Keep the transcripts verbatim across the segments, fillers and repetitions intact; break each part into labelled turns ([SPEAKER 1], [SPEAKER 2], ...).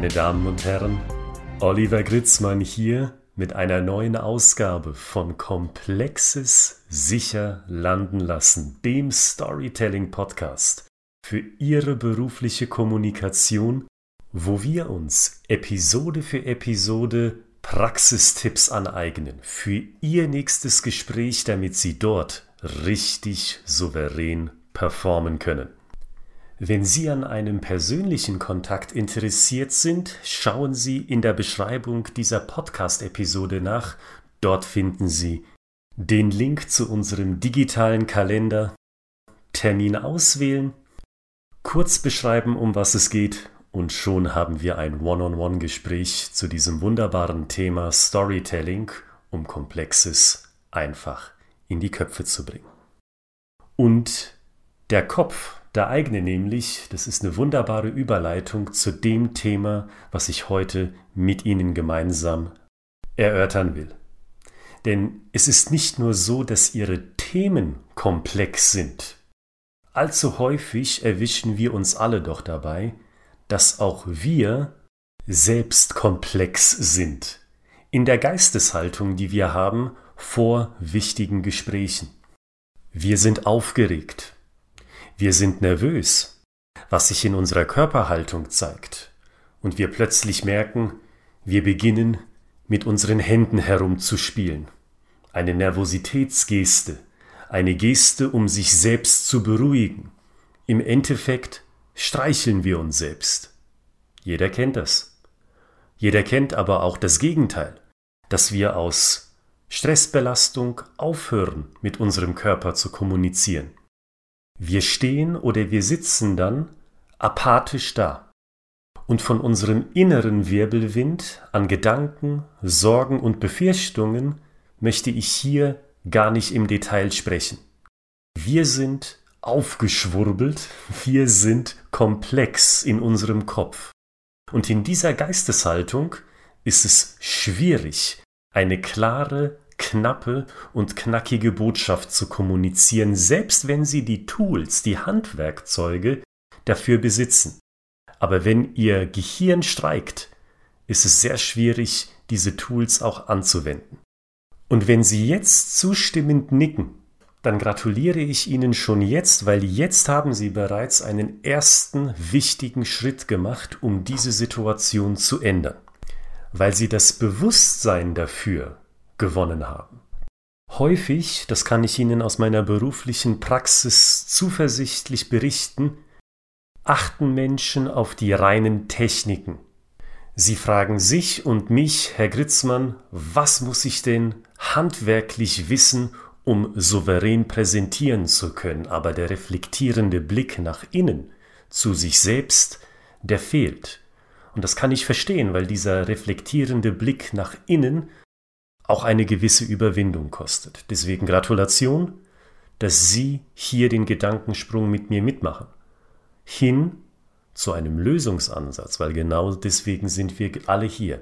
[SPEAKER 1] Meine Damen und Herren, Oliver Gritzmann hier mit einer neuen Ausgabe von Komplexes sicher landen lassen, dem Storytelling-Podcast für Ihre berufliche Kommunikation, wo wir uns Episode für Episode Praxistipps aneignen für Ihr nächstes Gespräch, damit Sie dort richtig souverän performen können. Wenn Sie an einem persönlichen Kontakt interessiert sind, schauen Sie in der Beschreibung dieser Podcast-Episode nach. Dort finden Sie den Link zu unserem digitalen Kalender, Termin auswählen, kurz beschreiben, um was es geht, und schon haben wir ein One-on-One-Gespräch zu diesem wunderbaren Thema Storytelling, um Komplexes einfach in die Köpfe zu bringen. Und der Kopf, der eigene nämlich, das ist eine wunderbare Überleitung zu dem Thema, was ich heute mit Ihnen gemeinsam erörtern will. Denn es ist nicht nur so, dass Ihre Themen komplex sind. Allzu häufig erwischen wir uns alle doch dabei, dass auch wir selbst komplex sind. In der Geisteshaltung, die wir haben vor wichtigen Gesprächen. Wir sind aufgeregt. Wir sind nervös, was sich in unserer Körperhaltung zeigt. Und wir plötzlich merken, wir beginnen mit unseren Händen herumzuspielen. Eine Nervositätsgeste, eine Geste, um sich selbst zu beruhigen. Im Endeffekt streicheln wir uns selbst. Jeder kennt das. Jeder kennt aber auch das Gegenteil, dass wir aus Stressbelastung aufhören, mit unserem Körper zu kommunizieren. Wir stehen oder wir sitzen dann apathisch da. Und von unserem inneren Wirbelwind an Gedanken, Sorgen und Befürchtungen möchte ich hier gar nicht im Detail sprechen. Wir sind aufgeschwurbelt, wir sind komplex in unserem Kopf. Und in dieser Geisteshaltung ist es schwierig, eine klare, knappe und knackige Botschaft zu kommunizieren, selbst wenn Sie die Tools, die Handwerkzeuge dafür besitzen. Aber wenn Ihr Gehirn streikt, ist es sehr schwierig, diese Tools auch anzuwenden. Und wenn Sie jetzt zustimmend nicken, dann gratuliere ich Ihnen schon jetzt, weil jetzt haben Sie bereits einen ersten wichtigen Schritt gemacht, um diese Situation zu ändern. Weil Sie das Bewusstsein dafür gewonnen haben. Häufig, das kann ich Ihnen aus meiner beruflichen Praxis zuversichtlich berichten, achten Menschen auf die reinen Techniken. Sie fragen sich und mich, Herr Gritzmann, was muss ich denn handwerklich wissen, um souverän präsentieren zu können, aber der reflektierende Blick nach innen, zu sich selbst, der fehlt. Und das kann ich verstehen, weil dieser reflektierende Blick nach innen auch eine gewisse Überwindung kostet. Deswegen Gratulation, dass Sie hier den Gedankensprung mit mir mitmachen. Hin zu einem Lösungsansatz, weil genau deswegen sind wir alle hier.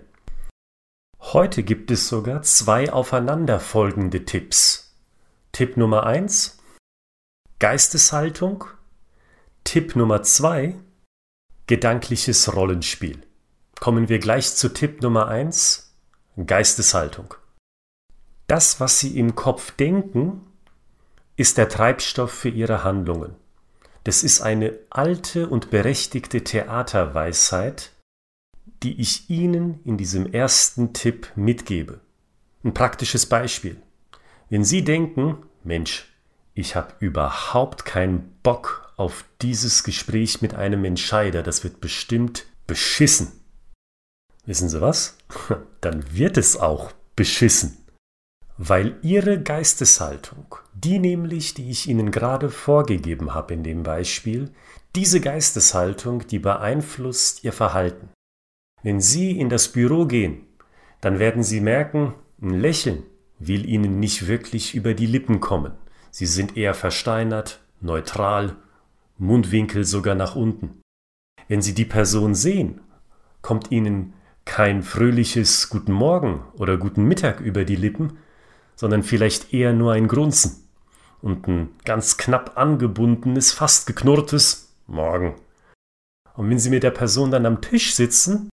[SPEAKER 1] Heute gibt es sogar zwei aufeinanderfolgende Tipps. Tipp Nummer eins, Geisteshaltung. Tipp Nummer zwei, gedankliches Rollenspiel. Kommen wir gleich zu Tipp Nummer eins, Geisteshaltung. Das, was Sie im Kopf denken, ist der Treibstoff für Ihre Handlungen. Das ist eine alte und berechtigte Theaterweisheit, die ich Ihnen in diesem ersten Tipp mitgebe. Ein praktisches Beispiel. Wenn Sie denken, Mensch, ich habe überhaupt keinen Bock auf dieses Gespräch mit einem Entscheider, das wird bestimmt beschissen. Wissen Sie was? Dann wird es auch beschissen. Weil Ihre Geisteshaltung, die nämlich, die ich Ihnen gerade vorgegeben habe in dem Beispiel, diese Geisteshaltung, die beeinflusst Ihr Verhalten. Wenn Sie in das Büro gehen, dann werden Sie merken, ein Lächeln will Ihnen nicht wirklich über die Lippen kommen. Sie sind eher versteinert, neutral, Mundwinkel sogar nach unten. Wenn Sie die Person sehen, kommt Ihnen kein fröhliches Guten Morgen oder Guten Mittag über die Lippen, sondern vielleicht eher nur ein Grunzen und ein ganz knapp angebundenes, fast geknurrtes Morgen. Und wenn Sie mit der Person dann am Tisch sitzen,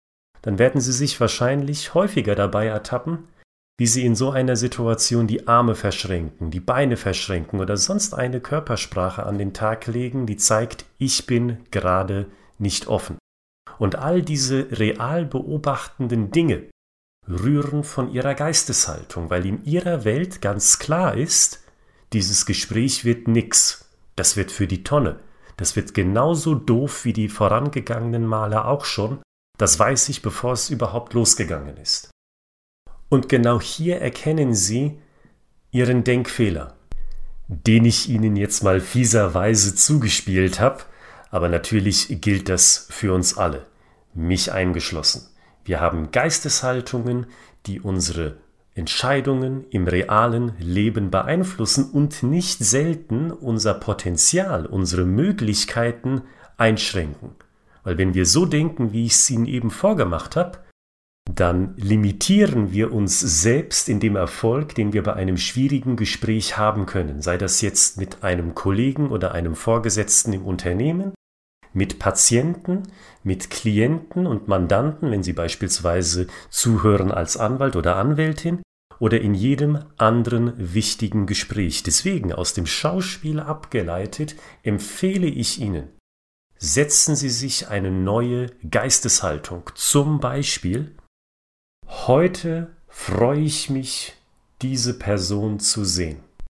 [SPEAKER 1] dann werden Sie sich wahrscheinlich häufiger dabei ertappen, wie Sie in so einer Situation die Arme verschränken, die Beine verschränken oder sonst eine Körpersprache an den Tag legen, die zeigt, ich bin gerade nicht offen. Und all diese real beobachtenden Dinge rühren von Ihrer Geisteshaltung, weil in Ihrer Welt ganz klar ist, dieses Gespräch wird nix, das wird für die Tonne, das wird genauso doof wie die vorangegangenen Male auch schon, das weiß ich, bevor es überhaupt losgegangen ist. Und genau hier erkennen Sie Ihren Denkfehler, den ich Ihnen jetzt mal fieserweise zugespielt habe, aber natürlich gilt das für uns alle, mich eingeschlossen. Wir haben Geisteshaltungen, die unsere Entscheidungen im realen Leben beeinflussen und nicht selten unser Potenzial, unsere Möglichkeiten einschränken. Weil wenn wir so denken, wie ich es Ihnen eben vorgemacht habe, dann limitieren wir uns selbst in dem Erfolg, den wir bei einem schwierigen Gespräch haben können, sei das jetzt mit einem Kollegen oder einem Vorgesetzten im Unternehmen, mit Patienten, mit Klienten und Mandanten, wenn Sie beispielsweise zuhören als Anwalt oder Anwältin, oder in jedem anderen wichtigen Gespräch. Deswegen aus dem Schauspiel abgeleitet empfehle ich Ihnen, setzen Sie sich eine neue Geisteshaltung. Zum Beispiel: Heute freue ich mich, diese Person zu sehen.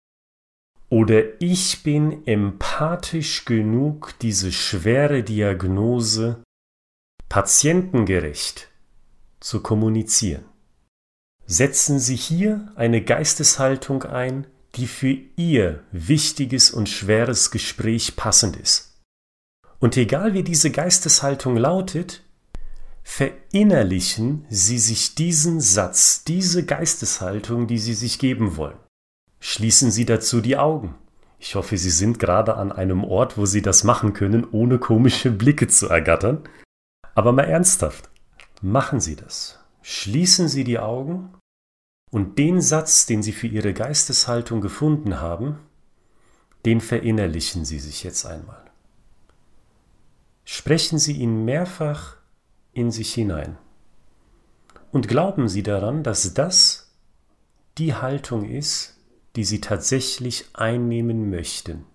[SPEAKER 1] Oder ich bin empathisch genug, diese schwere Diagnose patientengerecht zu kommunizieren. Setzen Sie hier eine Geisteshaltung ein, die für Ihr wichtiges und schweres Gespräch passend ist. Und egal wie diese Geisteshaltung lautet, verinnerlichen Sie sich diesen Satz, diese Geisteshaltung, die Sie sich geben wollen. Schließen Sie dazu die Augen. Ich hoffe, Sie sind gerade an einem Ort, wo Sie das machen können, ohne komische Blicke zu ergattern. Aber mal ernsthaft, machen Sie das. Schließen Sie die Augen und den Satz, den Sie für Ihre Geisteshaltung gefunden haben, den verinnerlichen Sie sich jetzt einmal. Sprechen Sie ihn mehrfach in sich hinein. Und glauben Sie daran, dass das die Haltung ist, die Sie tatsächlich einnehmen möchten.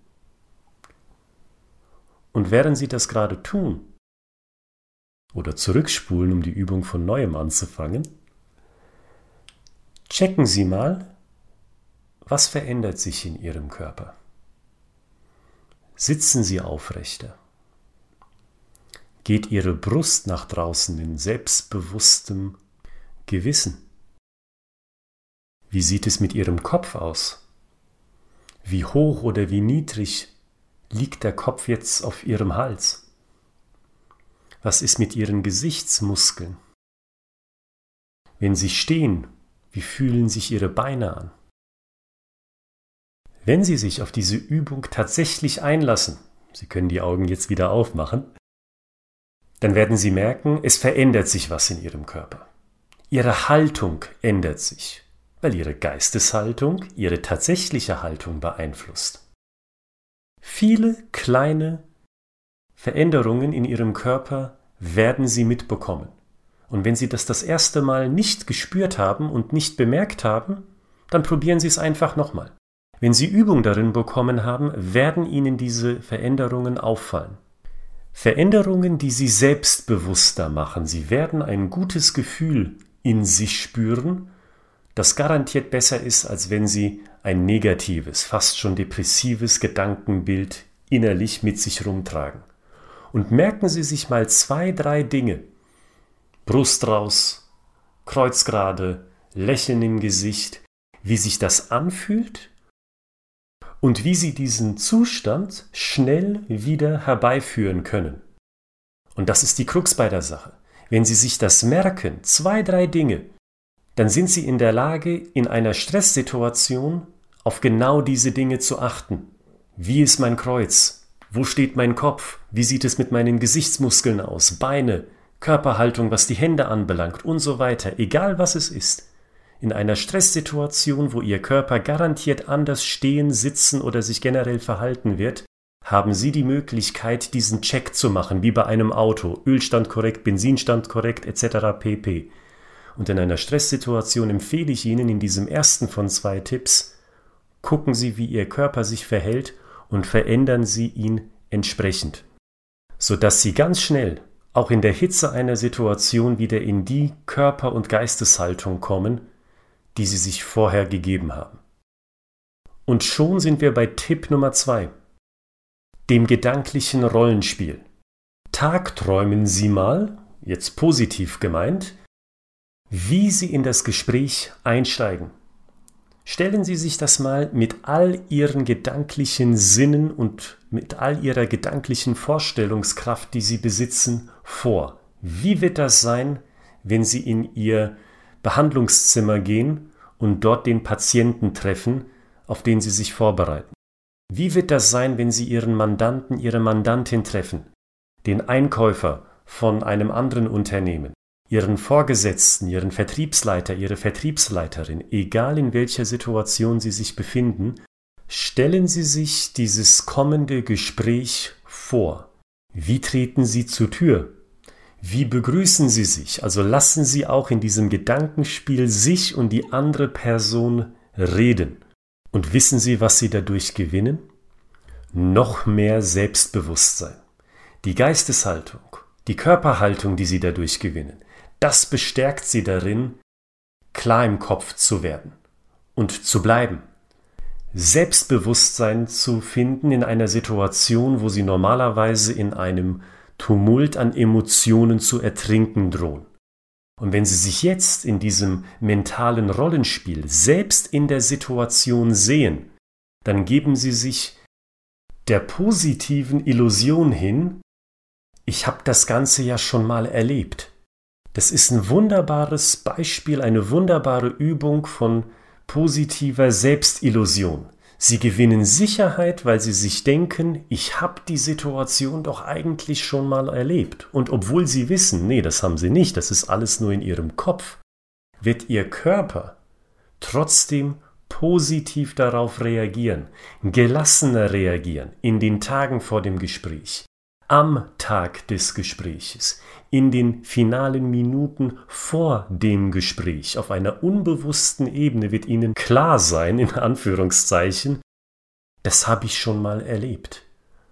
[SPEAKER 1] Und während Sie das gerade tun, oder zurückspulen, um die Übung von Neuem anzufangen, checken Sie mal, was verändert sich in Ihrem Körper. Sitzen Sie aufrechter? Geht Ihre Brust nach draußen in selbstbewusstem Gewissen? Wie sieht es mit Ihrem Kopf aus? Wie hoch oder wie niedrig liegt der Kopf jetzt auf Ihrem Hals? Was ist mit Ihren Gesichtsmuskeln? Wenn Sie stehen, wie fühlen sich Ihre Beine an? Wenn Sie sich auf diese Übung tatsächlich einlassen, Sie können die Augen jetzt wieder aufmachen, dann werden Sie merken, es verändert sich was in Ihrem Körper. Ihre Haltung ändert sich, weil Ihre Geisteshaltung Ihre tatsächliche Haltung beeinflusst. Viele kleine Veränderungen in Ihrem Körper werden Sie mitbekommen. Und wenn Sie das das erste Mal nicht gespürt haben und nicht bemerkt haben, dann probieren Sie es einfach nochmal. Wenn Sie Übung darin bekommen haben, werden Ihnen diese Veränderungen auffallen. Veränderungen, die Sie selbstbewusster machen. Sie werden ein gutes Gefühl in sich spüren, das garantiert besser ist, als wenn Sie ein negatives, fast schon depressives Gedankenbild innerlich mit sich rumtragen. Und merken Sie sich mal zwei, drei Dinge. Brust raus, Kreuz gerade, Lächeln im Gesicht, wie sich das anfühlt und wie Sie diesen Zustand schnell wieder herbeiführen können. Und das ist die Krux bei der Sache. Wenn Sie sich das merken, zwei, drei Dinge, dann sind Sie in der Lage, in einer Stresssituation auf genau diese Dinge zu achten. Wie ist mein Kreuz? Wo steht mein Kopf? Wie sieht es mit meinen Gesichtsmuskeln aus? Beine, Körperhaltung, was die Hände anbelangt und so weiter. Egal was es ist. In einer Stresssituation, wo Ihr Körper garantiert anders stehen, sitzen oder sich generell verhalten wird, haben Sie die Möglichkeit, diesen Check zu machen, wie bei einem Auto. Ölstand korrekt, Benzinstand korrekt, et cetera pp. Und in einer Stresssituation empfehle ich Ihnen in diesem ersten von zwei Tipps, gucken Sie, wie Ihr Körper sich verhält und verändern Sie ihn entsprechend, sodass Sie ganz schnell, auch in der Hitze einer Situation, wieder in die Körper- und Geisteshaltung kommen, die Sie sich vorher gegeben haben. Und schon sind wir bei Tipp Nummer zwei, dem gedanklichen Rollenspiel. Tagträumen Sie mal, jetzt positiv gemeint, wie Sie in das Gespräch einsteigen. Stellen Sie sich das mal mit all Ihren gedanklichen Sinnen und mit all Ihrer gedanklichen Vorstellungskraft, die Sie besitzen, vor. Wie wird das sein, wenn Sie in Ihr Behandlungszimmer gehen und dort den Patienten treffen, auf den Sie sich vorbereiten? Wie wird das sein, wenn Sie Ihren Mandanten, Ihre Mandantin treffen, den Einkäufer von einem anderen Unternehmen, Ihren Vorgesetzten, Ihren Vertriebsleiter, Ihre Vertriebsleiterin, egal in welcher Situation Sie sich befinden, stellen Sie sich dieses kommende Gespräch vor. Wie treten Sie zur Tür? Wie begrüßen Sie sich? Also lassen Sie auch in diesem Gedankenspiel sich und die andere Person reden. Und wissen Sie, was Sie dadurch gewinnen? Noch mehr Selbstbewusstsein. Die Geisteshaltung, die Körperhaltung, die Sie dadurch gewinnen, das bestärkt Sie darin, klar im Kopf zu werden und zu bleiben. Selbstbewusstsein zu finden in einer Situation, wo Sie normalerweise in einem Tumult an Emotionen zu ertrinken drohen. Und wenn Sie sich jetzt in diesem mentalen Rollenspiel selbst in der Situation sehen, dann geben Sie sich der positiven Illusion hin, ich habe das Ganze ja schon mal erlebt. Das ist ein wunderbares Beispiel, eine wunderbare Übung von positiver Selbstillusion. Sie gewinnen Sicherheit, weil Sie sich denken, ich habe die Situation doch eigentlich schon mal erlebt. Und obwohl Sie wissen, nee, das haben Sie nicht, das ist alles nur in Ihrem Kopf, wird Ihr Körper trotzdem positiv darauf reagieren, gelassener reagieren in den Tagen vor dem Gespräch, am Tag des Gespräches, in den finalen Minuten vor dem Gespräch. Auf einer unbewussten Ebene wird Ihnen klar sein, in Anführungszeichen, das habe ich schon mal erlebt.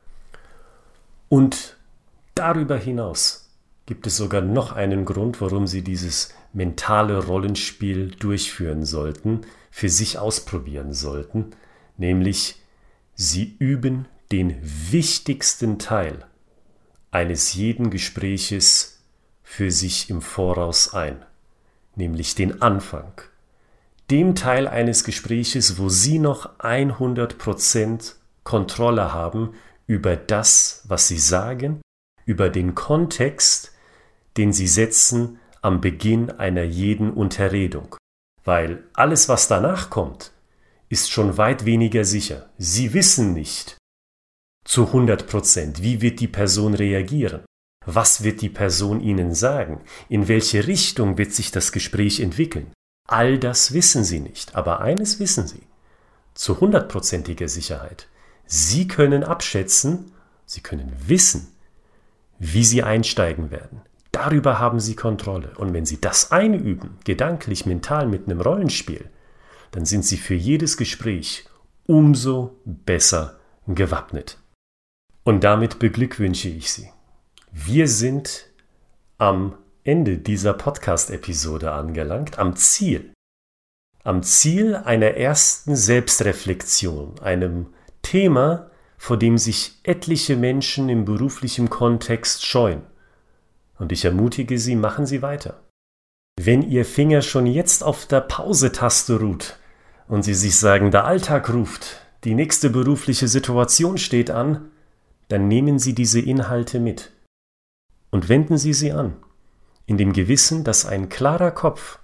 [SPEAKER 1] Und darüber hinaus gibt es sogar noch einen Grund, warum Sie dieses mentale Rollenspiel durchführen sollten, für sich ausprobieren sollten, nämlich Sie üben den wichtigsten Teil eines jeden Gespräches für sich im Voraus ein, nämlich den Anfang, dem Teil eines Gespräches, wo Sie noch hundert Prozent Kontrolle haben über das, was Sie sagen, über den Kontext, den Sie setzen am Beginn einer jeden Unterredung. Weil alles, was danach kommt, ist schon weit weniger sicher. Sie wissen nicht zu hundert Prozent, wie wird die Person reagieren? Was wird die Person Ihnen sagen? In welche Richtung wird sich das Gespräch entwickeln? All das wissen Sie nicht. Aber eines wissen Sie, zu hundertprozentiger Sicherheit. Sie können abschätzen, Sie können wissen, wie Sie einsteigen werden. Darüber haben Sie Kontrolle. Und wenn Sie das einüben, gedanklich, mental mit einem Rollenspiel, dann sind Sie für jedes Gespräch umso besser gewappnet. Und damit beglückwünsche ich Sie. Wir sind am Ende dieser Podcast-Episode angelangt, am Ziel. Am Ziel einer ersten Selbstreflexion, einem Thema, vor dem sich etliche Menschen im beruflichen Kontext scheuen. Und ich ermutige Sie, machen Sie weiter. Wenn Ihr Finger schon jetzt auf der Pause-Taste ruht und Sie sich sagen, der Alltag ruft, die nächste berufliche Situation steht an, dann nehmen Sie diese Inhalte mit und wenden Sie sie an, in dem Gewissen, dass ein klarer Kopf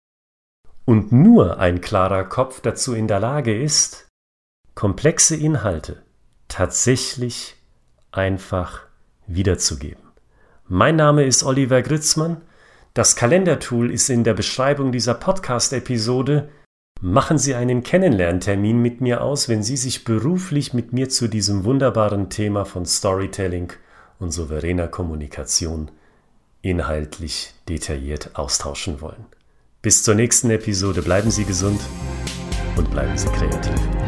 [SPEAKER 1] und nur ein klarer Kopf dazu in der Lage ist, komplexe Inhalte tatsächlich einfach wiederzugeben. Mein Name ist Oliver Gritzmann. Das Kalendertool ist in der Beschreibung dieser Podcast-Episode. machen Sie einen Kennenlerntermin mit mir aus, wenn Sie sich beruflich mit mir zu diesem wunderbaren Thema von Storytelling und souveräner Kommunikation inhaltlich detailliert austauschen wollen. Bis zur nächsten Episode. Bleiben Sie gesund und bleiben Sie kreativ.